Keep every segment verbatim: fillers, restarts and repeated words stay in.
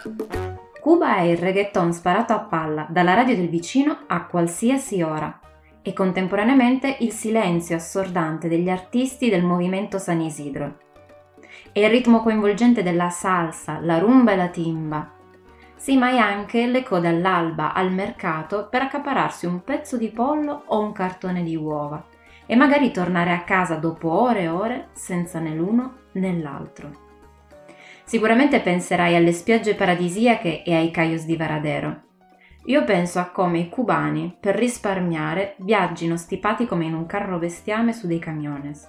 Cuba è il reggaeton sparato a palla dalla radio del vicino a qualsiasi ora e contemporaneamente il silenzio assordante degli artisti del movimento San Isidro. È il ritmo coinvolgente della salsa, la rumba e la timba. Sì, ma è anche le code all'alba al mercato per accaparrarsi un pezzo di pollo o un cartone di uova e magari tornare a casa dopo ore e ore senza né l'uno né l'altro. Sicuramente penserai alle spiagge paradisiache e ai cayos di Varadero. Io penso a come i cubani, per risparmiare, viaggino stipati come in un carro bestiame su dei camiones.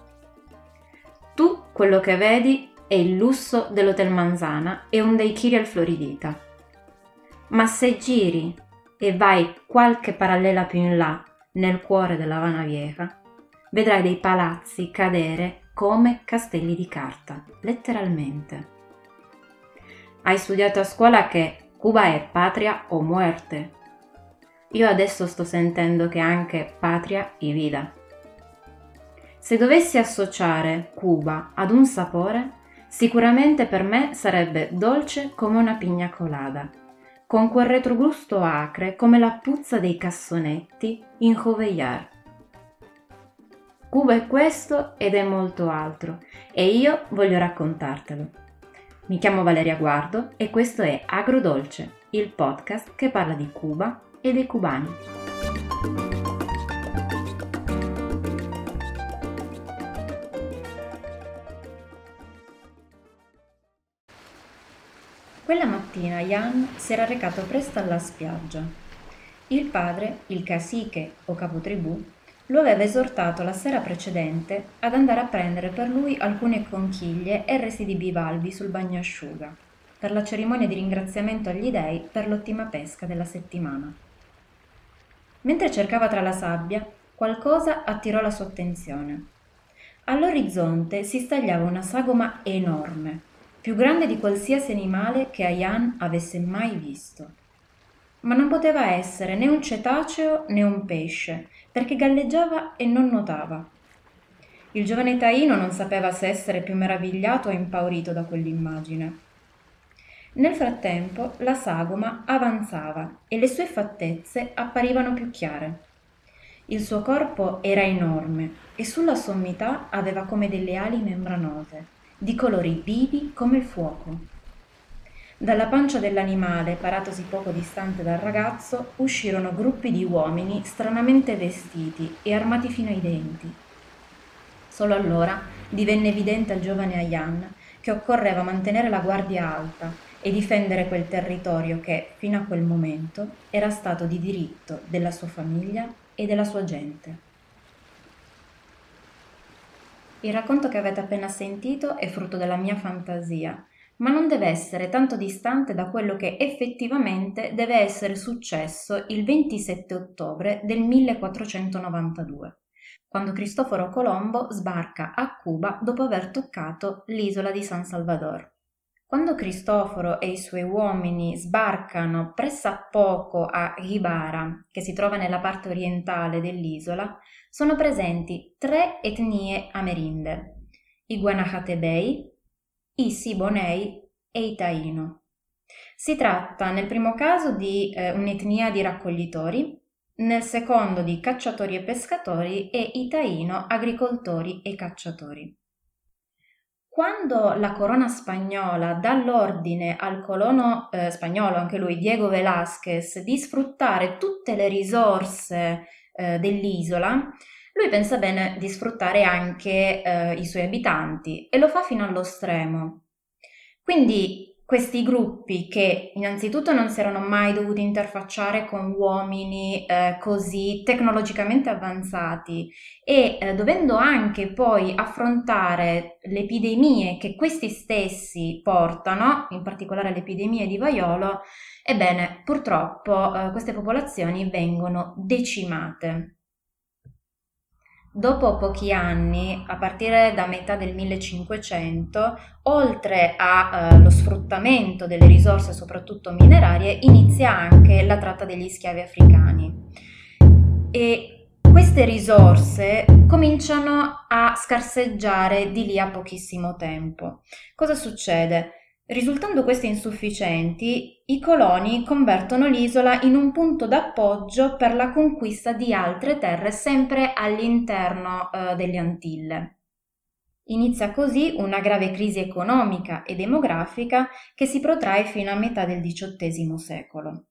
Tu quello che vedi è il lusso dell'Hotel Manzana e un daiquiri al Floridita. Ma se giri e vai qualche parallela più in là, nel cuore della Habana Vieja, vedrai dei palazzi cadere come castelli di carta, letteralmente. Hai studiato a scuola che Cuba è patria o muerte. Io adesso sto sentendo che è anche patria y vida. Se dovessi associare Cuba ad un sapore, sicuramente per me sarebbe dolce come una pigna colada, con quel retrogusto acre come la puzza dei cassonetti in Jovellar. Cuba è questo ed è molto altro e io voglio raccontartelo. Mi chiamo Valeria Guardo e questo è Agrodolce, il podcast che parla di Cuba e dei cubani. Quella mattina Jan si era recato presto alla spiaggia. Il padre, il cacique o capotribù, lo aveva esortato la sera precedente ad andare a prendere per lui alcune conchiglie e resi di bivalvi sul bagnasciuga, per la cerimonia di ringraziamento agli dei per l'ottima pesca della settimana. Mentre cercava tra la sabbia, qualcosa attirò la sua attenzione. All'orizzonte si stagliava una sagoma enorme, più grande di qualsiasi animale che Jan avesse mai visto. Ma non poteva essere né un cetaceo né un pesce, perché galleggiava e non nuotava. Il giovane Taino non sapeva se essere più meravigliato o impaurito da quell'immagine. Nel frattempo la sagoma avanzava e le sue fattezze apparivano più chiare. Il suo corpo era enorme e sulla sommità aveva come delle ali membranose, di colori vivi come il fuoco. Dalla pancia dell'animale, paratosi poco distante dal ragazzo, uscirono gruppi di uomini stranamente vestiti e armati fino ai denti. Solo allora divenne evidente al giovane Jan che occorreva mantenere la guardia alta e difendere quel territorio che, fino a quel momento, era stato di diritto della sua famiglia e della sua gente. Il racconto che avete appena sentito è frutto della mia fantasia, ma non deve essere tanto distante da quello che effettivamente deve essere successo il ventisette ottobre del millequattrocentonovantadue, quando Cristoforo Colombo sbarca a Cuba dopo aver toccato l'isola di San Salvador. Quando Cristoforo e i suoi uomini sbarcano pressappoco a Gibara, che si trova nella parte orientale dell'isola, sono presenti tre etnie amerindee, i Guanajatebei, i Siboney e i Taino. Si tratta nel primo caso di eh, un'etnia di raccoglitori, nel secondo di cacciatori e pescatori e i Taino agricoltori e cacciatori. Quando la corona spagnola dà l'ordine al colono eh, spagnolo, anche lui Diego Velázquez, di sfruttare tutte le risorse eh, dell'isola, lui pensa bene di sfruttare anche eh, i suoi abitanti e lo fa fino allo stremo. Quindi questi gruppi che innanzitutto non si erano mai dovuti interfacciare con uomini eh, così tecnologicamente avanzati e eh, dovendo anche poi affrontare le epidemie che questi stessi portano, in particolare le epidemie di vaiolo, ebbene purtroppo eh, queste popolazioni vengono decimate. Dopo pochi anni, a partire da metà del millecinquecento, oltre allo eh, sfruttamento delle risorse soprattutto minerarie, inizia anche la tratta degli schiavi africani. E queste risorse cominciano a scarseggiare di lì a pochissimo tempo. Cosa succede? Risultando queste insufficienti, i coloni convertono l'isola in un punto d'appoggio per la conquista di altre terre sempre all'interno eh, delle Antille. Inizia così una grave crisi economica e demografica che si protrae fino a metà del diciottesimo secolo.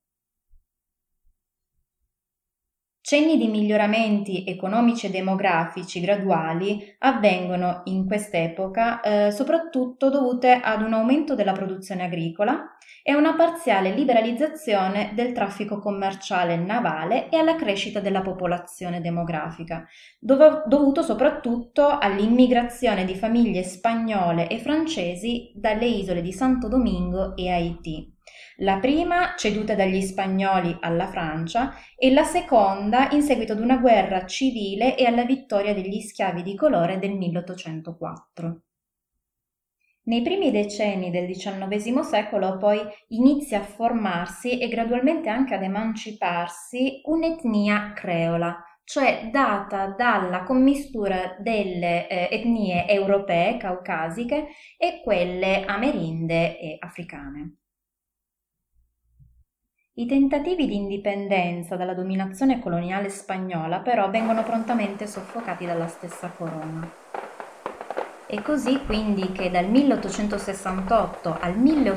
Cenni di miglioramenti economici e demografici graduali avvengono in quest'epoca eh, soprattutto dovute ad un aumento della produzione agricola e a una parziale liberalizzazione del traffico commerciale navale e alla crescita della popolazione demografica, dov- dovuto soprattutto all'immigrazione di famiglie spagnole e francesi dalle isole di Santo Domingo e Haiti. La prima ceduta dagli spagnoli alla Francia e la seconda in seguito ad una guerra civile e alla vittoria degli schiavi di colore del milleottocentoquattro. Nei primi decenni del diciannovesimo secolo poi inizia a formarsi e gradualmente anche ad emanciparsi un'etnia creola, cioè data dalla commistura delle eh, etnie europee, caucasiche e quelle amerindee e africane. I tentativi di indipendenza dalla dominazione coloniale spagnola però vengono prontamente soffocati dalla stessa corona. È così quindi che dal milleottocentosessantotto al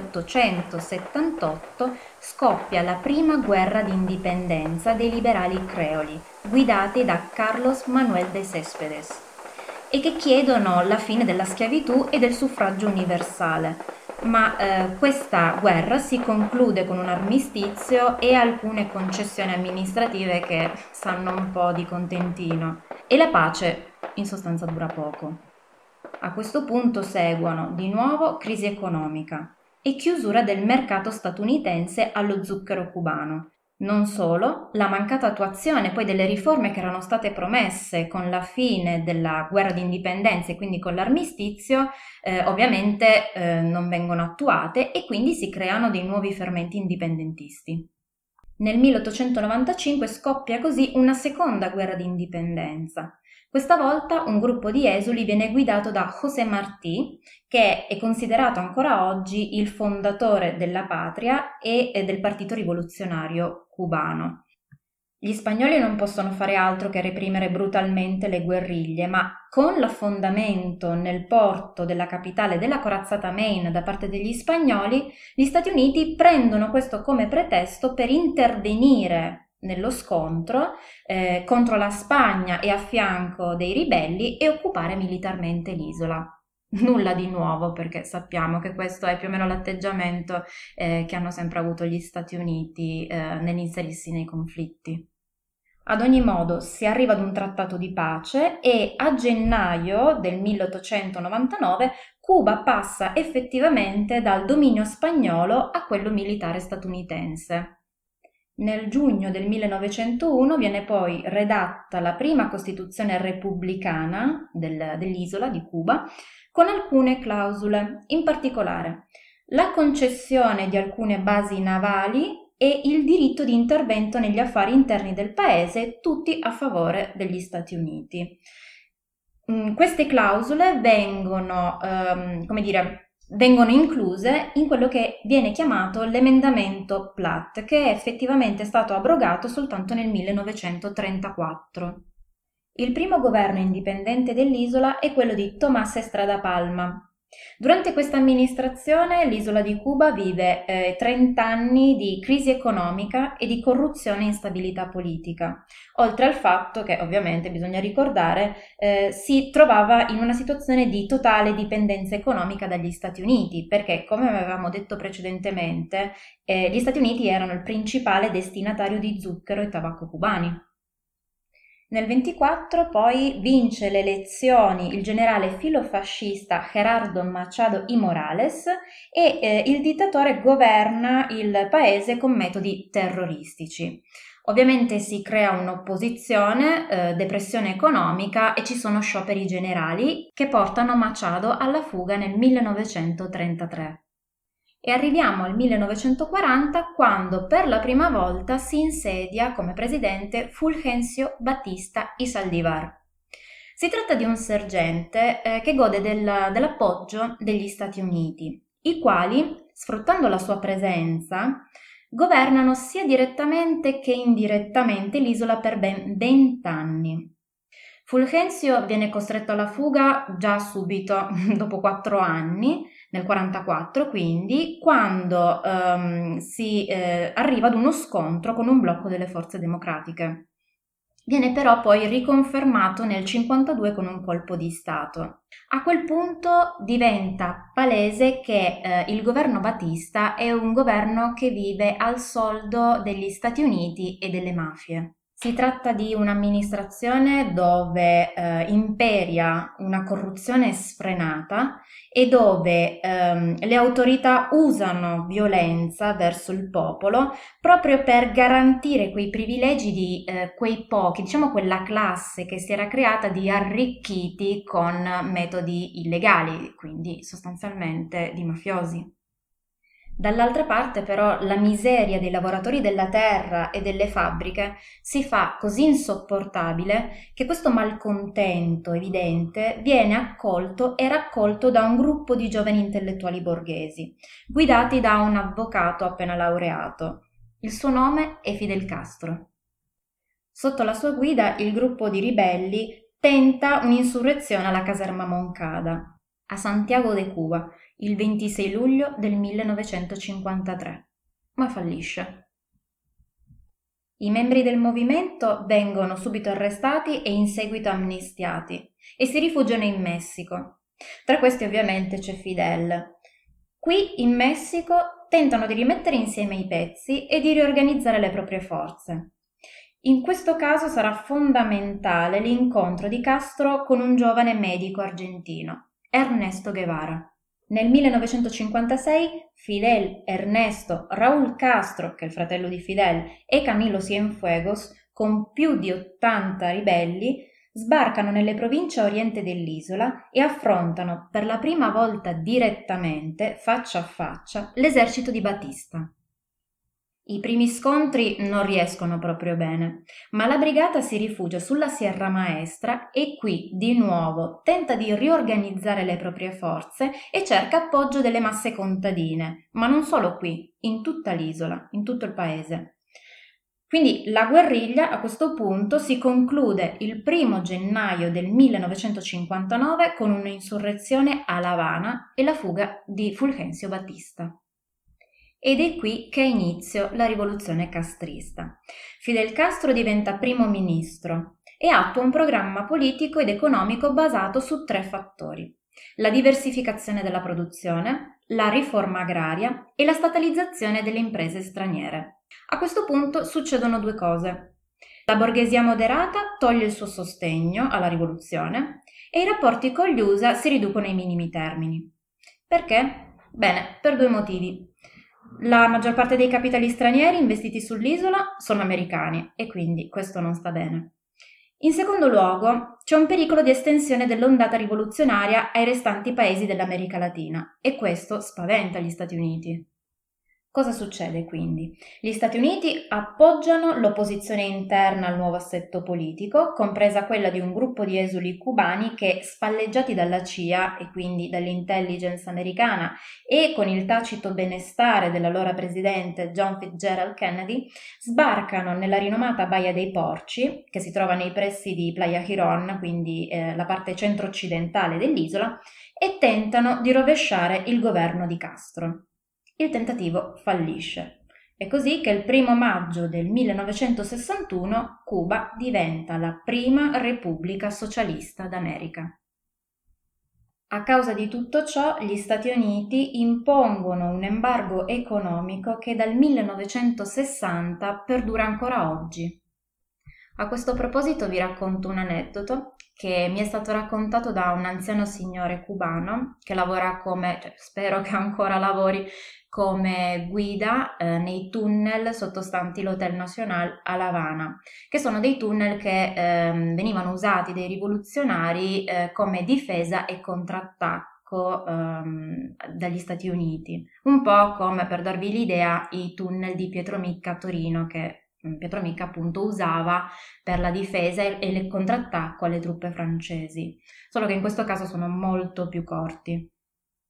milleottocentosettantotto scoppia la prima guerra di indipendenza dei liberali creoli, guidati da Carlos Manuel de Céspedes, e che chiedono la fine della schiavitù e del suffragio universale. Ma eh, questa guerra si conclude con un armistizio e alcune concessioni amministrative che sanno un po' di contentino, e la pace in sostanza dura poco. A questo punto seguono di nuovo crisi economica e chiusura del mercato statunitense allo zucchero cubano. Non solo, la mancata attuazione poi delle riforme che erano state promesse con la fine della guerra di indipendenza e quindi con l'armistizio, eh, ovviamente eh, non vengono attuate e quindi si creano dei nuovi fermenti indipendentisti. Nel milleottocentonovantacinque scoppia così una seconda guerra di indipendenza. Questa volta un gruppo di esuli viene guidato da José Martí, che è considerato ancora oggi il fondatore della patria e del Partito Rivoluzionario cubano. Gli spagnoli non possono fare altro che reprimere brutalmente le guerriglie, ma con l'affondamento nel porto della capitale della corazzata Maine da parte degli spagnoli, gli Stati Uniti prendono questo come pretesto per intervenire nello scontro eh, contro la Spagna e a fianco dei ribelli e occupare militarmente l'isola. Nulla di nuovo, perché sappiamo che questo è più o meno l'atteggiamento eh, che hanno sempre avuto gli Stati Uniti eh, nell'inserirsi nei conflitti. Ad ogni modo si arriva ad un trattato di pace e a gennaio del milleottocentonovantanove Cuba passa effettivamente dal dominio spagnolo a quello militare statunitense. Nel giugno del millenovecentouno viene poi redatta la prima Costituzione repubblicana del, dell'isola di Cuba con alcune clausole, in particolare la concessione di alcune basi navali e il diritto di intervento negli affari interni del paese, tutti a favore degli Stati Uniti. Mm, queste clausole vengono, ehm, come dire, vengono incluse in quello che viene chiamato l'emendamento Platt, che è effettivamente stato abrogato soltanto nel millenovecentotrentaquattro. Il primo governo indipendente dell'isola è quello di Tomás Estrada Palma. Durante questa amministrazione l'isola di Cuba vive eh, trenta anni di crisi economica e di corruzione e instabilità politica, oltre al fatto che ovviamente bisogna ricordare eh, si trovava in una situazione di totale dipendenza economica dagli Stati Uniti, perché come avevamo detto precedentemente eh, gli Stati Uniti erano il principale destinatario di zucchero e tabacco cubani. Nel ventiquattro poi vince le elezioni il generale filofascista Gerardo Machado y Morales e eh, il dittatore governa il paese con metodi terroristici. Ovviamente si crea un'opposizione, eh, depressione economica e ci sono scioperi generali che portano Machado alla fuga nel millenovecentotrentatré. E arriviamo al millenovecentoquaranta quando per la prima volta si insedia come presidente Fulgencio Batista y Saldívar. Si tratta di un sergente eh, che gode del, dell'appoggio degli Stati Uniti. i quali, sfruttando la sua presenza, governano sia direttamente che indirettamente l'isola per ben vent'anni. Fulgenzio viene costretto alla fuga già subito, dopo quattro anni, nel quarantaquattro quindi, quando um, si eh, arriva ad uno scontro con un blocco delle forze democratiche. Viene però poi riconfermato nel cinquantadue con un colpo di Stato. A quel punto diventa palese che eh, il governo Batista è un governo che vive al soldo degli Stati Uniti e delle mafie. Si tratta di un'amministrazione dove eh, imperia una corruzione sfrenata e dove ehm, le autorità usano violenza verso il popolo proprio per garantire quei privilegi di eh, quei pochi, diciamo quella classe che si era creata di arricchiti con metodi illegali, quindi sostanzialmente di mafiosi. Dall'altra parte però la miseria dei lavoratori della terra e delle fabbriche si fa così insopportabile che questo malcontento evidente viene accolto e raccolto da un gruppo di giovani intellettuali borghesi, guidati da un avvocato appena laureato. Il suo nome è Fidel Castro. Sotto la sua guida il gruppo di ribelli tenta un'insurrezione alla caserma Moncada, a Santiago de Cuba, il ventisei luglio del millenovecentocinquantatré, ma fallisce. I membri del movimento vengono subito arrestati e in seguito amnistiati e si rifugiano in Messico. Tra questi ovviamente c'è Fidel. Qui in Messico tentano di rimettere insieme i pezzi e di riorganizzare le proprie forze. In questo caso sarà fondamentale l'incontro di Castro con un giovane medico argentino, Ernesto Guevara. Nel millenovecentocinquantasei Fidel, Ernesto, Raúl Castro, che è il fratello di Fidel, e Camilo Cienfuegos, con più di ottanta ribelli, sbarcano nelle province a oriente dell'isola e affrontano per la prima volta direttamente, faccia a faccia, l'esercito di Batista. I primi scontri non riescono proprio bene, ma la brigata si rifugia sulla Sierra Maestra e qui, di nuovo, tenta di riorganizzare le proprie forze e cerca appoggio delle masse contadine, ma non solo qui, in tutta l'isola, in tutto il paese. Quindi la guerriglia a questo punto si conclude il primo gennaio del millenovecentocinquantanove con un'insurrezione a La Habana e la fuga di Fulgencio Batista. Ed è qui che ha inizio la rivoluzione castrista. Fidel Castro diventa primo ministro e attua un programma politico ed economico basato su tre fattori: la diversificazione della produzione, la riforma agraria e la statalizzazione delle imprese straniere. A questo punto succedono due cose. La borghesia moderata toglie il suo sostegno alla rivoluzione e i rapporti con gli U S A si riducono ai minimi termini. Perché? Bene, per due motivi. La maggior parte dei capitali stranieri investiti sull'isola sono americani e quindi questo non sta bene. In secondo luogo, c'è un pericolo di estensione dell'ondata rivoluzionaria ai restanti paesi dell'America Latina e questo spaventa gli Stati Uniti. Cosa succede quindi? Gli Stati Uniti appoggiano l'opposizione interna al nuovo assetto politico, compresa quella di un gruppo di esuli cubani che, spalleggiati dalla C I A e quindi dall'intelligence americana e con il tacito benestare dell'allora presidente John Fitzgerald Kennedy, sbarcano nella rinomata Baia dei Porci, che si trova nei pressi di Playa Girón, quindi eh, la parte centro-occidentale dell'isola, e tentano di rovesciare il governo di Castro. Il tentativo fallisce. È così che il primo maggio del millenovecentosessantuno Cuba diventa la prima repubblica socialista d'America. A causa di tutto ciò, gli Stati Uniti impongono un embargo economico che dal millenovecentosessanta perdura ancora oggi. A questo proposito vi racconto un aneddoto che mi è stato raccontato da un anziano signore cubano che lavora come, cioè, spero che ancora lavori come guida eh, nei tunnel sottostanti l'Hotel Nacional a La Habana, che sono dei tunnel che eh, venivano usati dai rivoluzionari eh, come difesa e contrattacco ehm, dagli Stati Uniti, un po' come, per darvi l'idea, i tunnel di Pietromicca a Torino che Pietromicca appunto usava per la difesa e il contrattacco alle truppe francesi, solo che in questo caso sono molto più corti.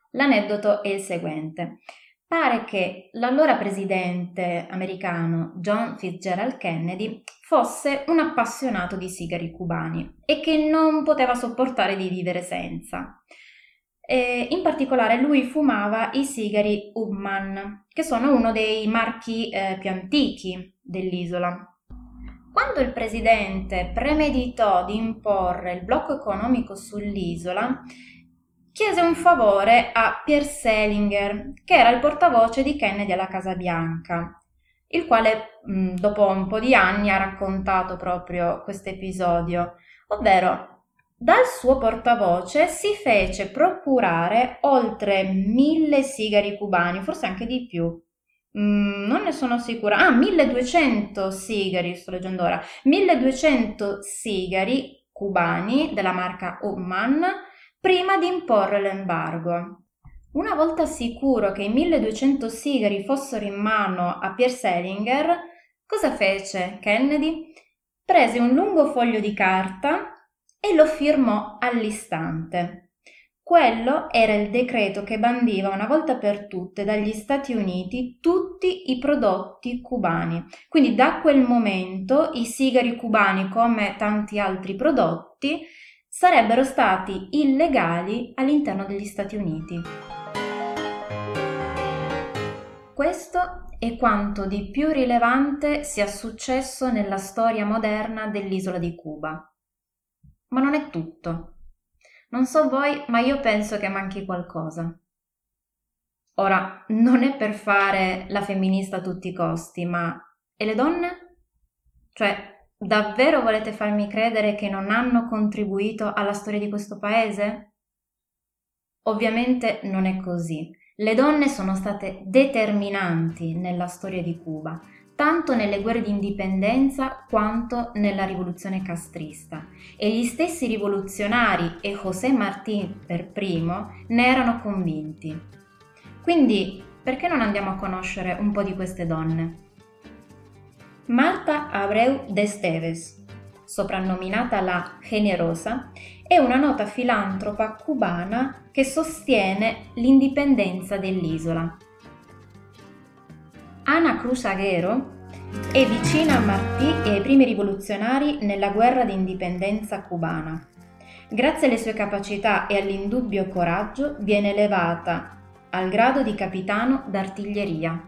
L'aneddoto è il seguente. Pare che l'allora presidente americano John Fitzgerald Kennedy fosse un appassionato di sigari cubani e che non poteva sopportare di vivere senza. E in particolare lui fumava i sigari Ubman, che sono uno dei marchi eh, più antichi dell'isola. Quando il presidente premeditò di imporre il blocco economico sull'isola, chiese un favore a Pierre Selinger, che era il portavoce di Kennedy alla Casa Bianca, il quale mh, dopo un po' di anni ha raccontato proprio questo episodio, ovvero dal suo portavoce si fece procurare oltre mille sigari cubani, forse anche di più. Mm, non ne sono sicura. Ah, milleduecento sigari, sto leggendo ora. milleduecento sigari cubani della marca Ubman prima di imporre l'embargo. Una volta sicuro che i milleduecento sigari fossero in mano a Pierre Selinger, cosa fece Kennedy? Prese un lungo foglio di carta e lo firmò all'istante. Quello era il decreto che bandiva una volta per tutte dagli Stati Uniti tutti i prodotti cubani. Quindi da quel momento i sigari cubani, come tanti altri prodotti, sarebbero stati illegali all'interno degli Stati Uniti. Questo è quanto di più rilevante sia successo nella storia moderna dell'isola di Cuba. Ma non è tutto. Non so voi, ma io penso che manchi qualcosa. Ora, non è per fare la femminista a tutti i costi, ma e le donne? Cioè, davvero volete farmi credere che non hanno contribuito alla storia di questo paese? Ovviamente non è così. Le donne sono state determinanti nella storia di Cuba, tanto nelle guerre di indipendenza quanto nella rivoluzione castrista, e gli stessi rivoluzionari e José Martí per primo ne erano convinti. Quindi, perché non andiamo a conoscere un po' di queste donne? Marta Abreu de Esteves, soprannominata la Generosa, è una nota filantropa cubana che sostiene l'indipendenza dell'isola. Ana Cruz Aguero è vicina a Martí e ai primi rivoluzionari nella guerra di indipendenza cubana. Grazie alle sue capacità e all'indubbio coraggio viene elevata al grado di capitano d'artiglieria.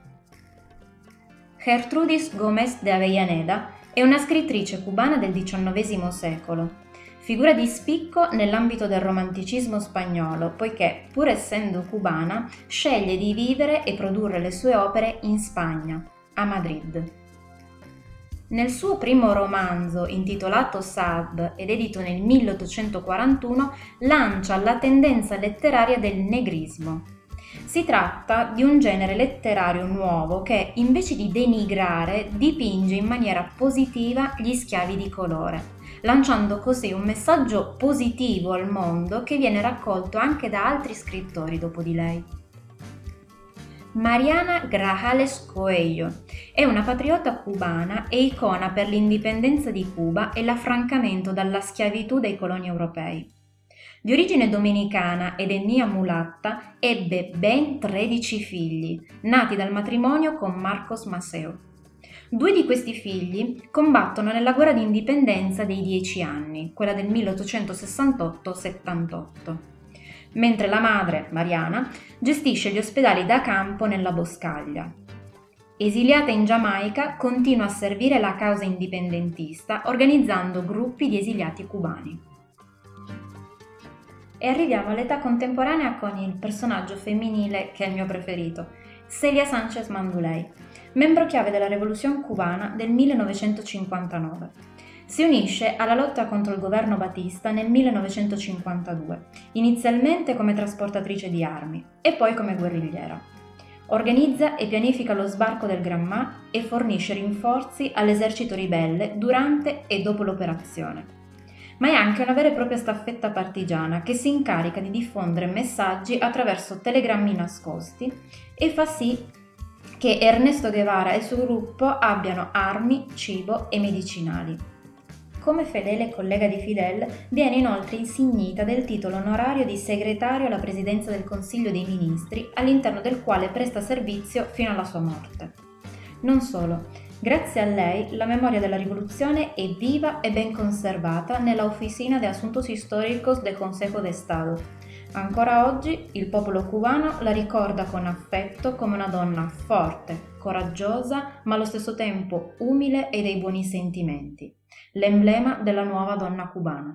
Gertrudis Gómez de Avellaneda è una scrittrice cubana del diciannovesimo secolo, figura di spicco nell'ambito del romanticismo spagnolo, poiché, pur essendo cubana, sceglie di vivere e produrre le sue opere in Spagna, a Madrid. Nel suo primo romanzo, intitolato Saab ed edito nel milleottocentoquarantuno, lancia la tendenza letteraria del negrismo. Si tratta di un genere letterario nuovo che, invece di denigrare, dipinge in maniera positiva gli schiavi di colore, lanciando così un messaggio positivo al mondo che viene raccolto anche da altri scrittori dopo di lei. Mariana Grajales Coello è una patriota cubana e icona per l'indipendenza di Cuba e l'affrancamento dalla schiavitù dei coloni europei. Di origine dominicana ed etnia mulatta, ebbe ben tredici figli, nati dal matrimonio con Marcos Maceo. Due di questi figli combattono nella guerra di indipendenza dei dieci anni, quella del milleottocentosessantotto settantotto, mentre la madre, Mariana, gestisce gli ospedali da campo nella Boscaglia. Esiliata in Giamaica, continua a servire la causa indipendentista organizzando gruppi di esiliati cubani. E arriviamo all'età contemporanea con il personaggio femminile che è il mio preferito, Celia Sánchez Manduley, membro chiave della Rivoluzione cubana del millenovecentocinquantanove. Si unisce alla lotta contro il governo Batista nel millenovecentocinquantadue, inizialmente come trasportatrice di armi e poi come guerrigliera. Organizza e pianifica lo sbarco del Granmà e fornisce rinforzi all'esercito ribelle durante e dopo l'operazione. Ma è anche una vera e propria staffetta partigiana che si incarica di diffondere messaggi attraverso telegrammi nascosti e fa sì che Ernesto Guevara e il suo gruppo abbiano armi, cibo e medicinali. Come fedele collega di Fidel, viene inoltre insignita del titolo onorario di segretario alla Presidenza del Consiglio dei Ministri, all'interno del quale presta servizio fino alla sua morte. Non solo, grazie a lei la memoria della rivoluzione è viva e ben conservata nella Oficina de Asuntos Históricos del Consejo de Estado. Ancora oggi il popolo cubano la ricorda con affetto come una donna forte, coraggiosa, ma allo stesso tempo umile e dei buoni sentimenti, l'emblema della nuova donna cubana.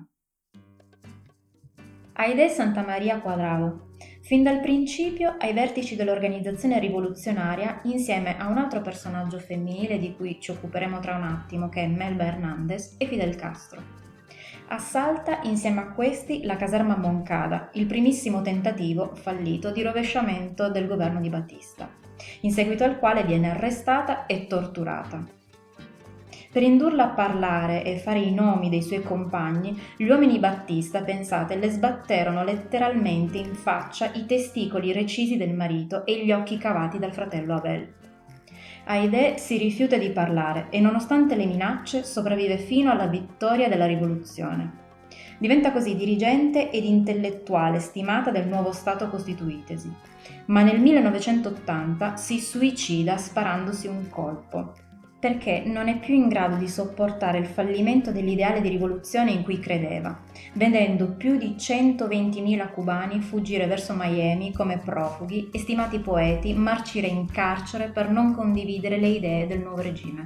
Aide Santamaría Cuadrado, fin dal principio ai vertici dell'organizzazione rivoluzionaria, insieme a un altro personaggio femminile di cui ci occuperemo tra un attimo, che è Melba Hernández, e Fidel Castro. Assalta insieme a questi la caserma Moncada, il primissimo tentativo fallito di rovesciamento del governo di Batista, in seguito al quale viene arrestata e torturata. Per indurla a parlare e fare i nomi dei suoi compagni, gli uomini di Batista, pensate, le sbatterono letteralmente in faccia i testicoli recisi del marito e gli occhi cavati dal fratello Abel. Aide si rifiuta di parlare e, nonostante le minacce, sopravvive fino alla vittoria della rivoluzione. Diventa così dirigente ed intellettuale stimata del nuovo Stato costituitesi, ma nel millenovecentottanta si suicida sparandosi un colpo, perché non è più in grado di sopportare il fallimento dell'ideale di rivoluzione in cui credeva, vedendo più di centoventimila cubani fuggire verso Miami come profughi e stimati poeti marcire in carcere per non condividere le idee del nuovo regime.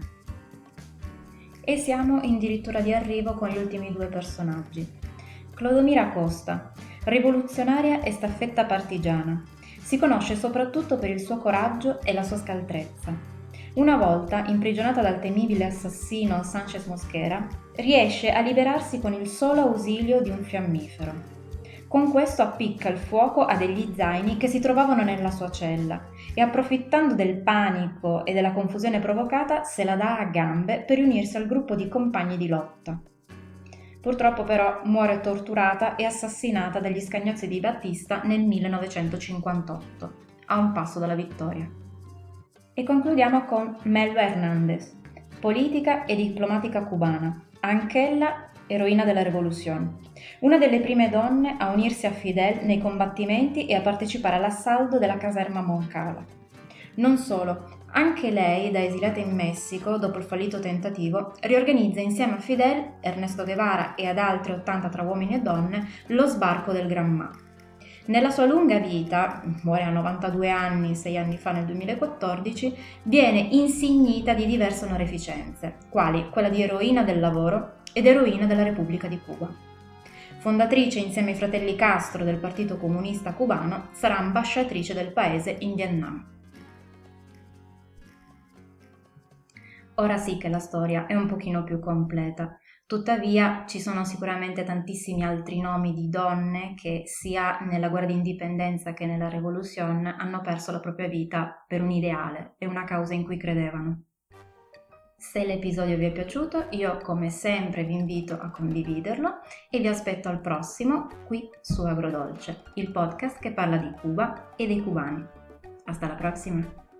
E siamo addirittura di arrivo con gli ultimi due personaggi. Clodomira Costa, rivoluzionaria e staffetta partigiana. Si conosce soprattutto per il suo coraggio e la sua scaltrezza. Una volta, imprigionata dal temibile assassino Sánchez Mosquera, riesce a liberarsi con il solo ausilio di un fiammifero. Con questo appicca il fuoco a degli zaini che si trovavano nella sua cella e, approfittando del panico e della confusione provocata, se la dà a gambe per unirsi al gruppo di compagni di lotta. Purtroppo però muore torturata e assassinata dagli scagnozzi di Batista nel millenovecentocinquantotto, a un passo dalla vittoria. E concludiamo con Melba Hernández, politica e diplomatica cubana, anch'ella eroina della rivoluzione, una delle prime donne a unirsi a Fidel nei combattimenti e a partecipare all'assalto della caserma Moncada. Non solo, anche lei, da esilata in Messico dopo il fallito tentativo, riorganizza insieme a Fidel, Ernesto Guevara e ad altri ottanta tra uomini e donne lo sbarco del Granmà. Nella sua lunga vita, muore a novantadue anni, sei anni fa nel duemilaquattordici, viene insignita di diverse onorificenze, quali quella di eroina del lavoro ed eroina della Repubblica di Cuba. Fondatrice insieme ai fratelli Castro del Partito Comunista Cubano, sarà ambasciatrice del paese in Vietnam. Ora sì che la storia è un pochino più completa. Tuttavia ci sono sicuramente tantissimi altri nomi di donne che sia nella guerra d'indipendenza che nella rivoluzione hanno perso la propria vita per un ideale e una causa in cui credevano. Se l'episodio vi è piaciuto, io come sempre vi invito a condividerlo e vi aspetto al prossimo qui su Agrodolce, il podcast che parla di Cuba e dei cubani. Hasta la prossima!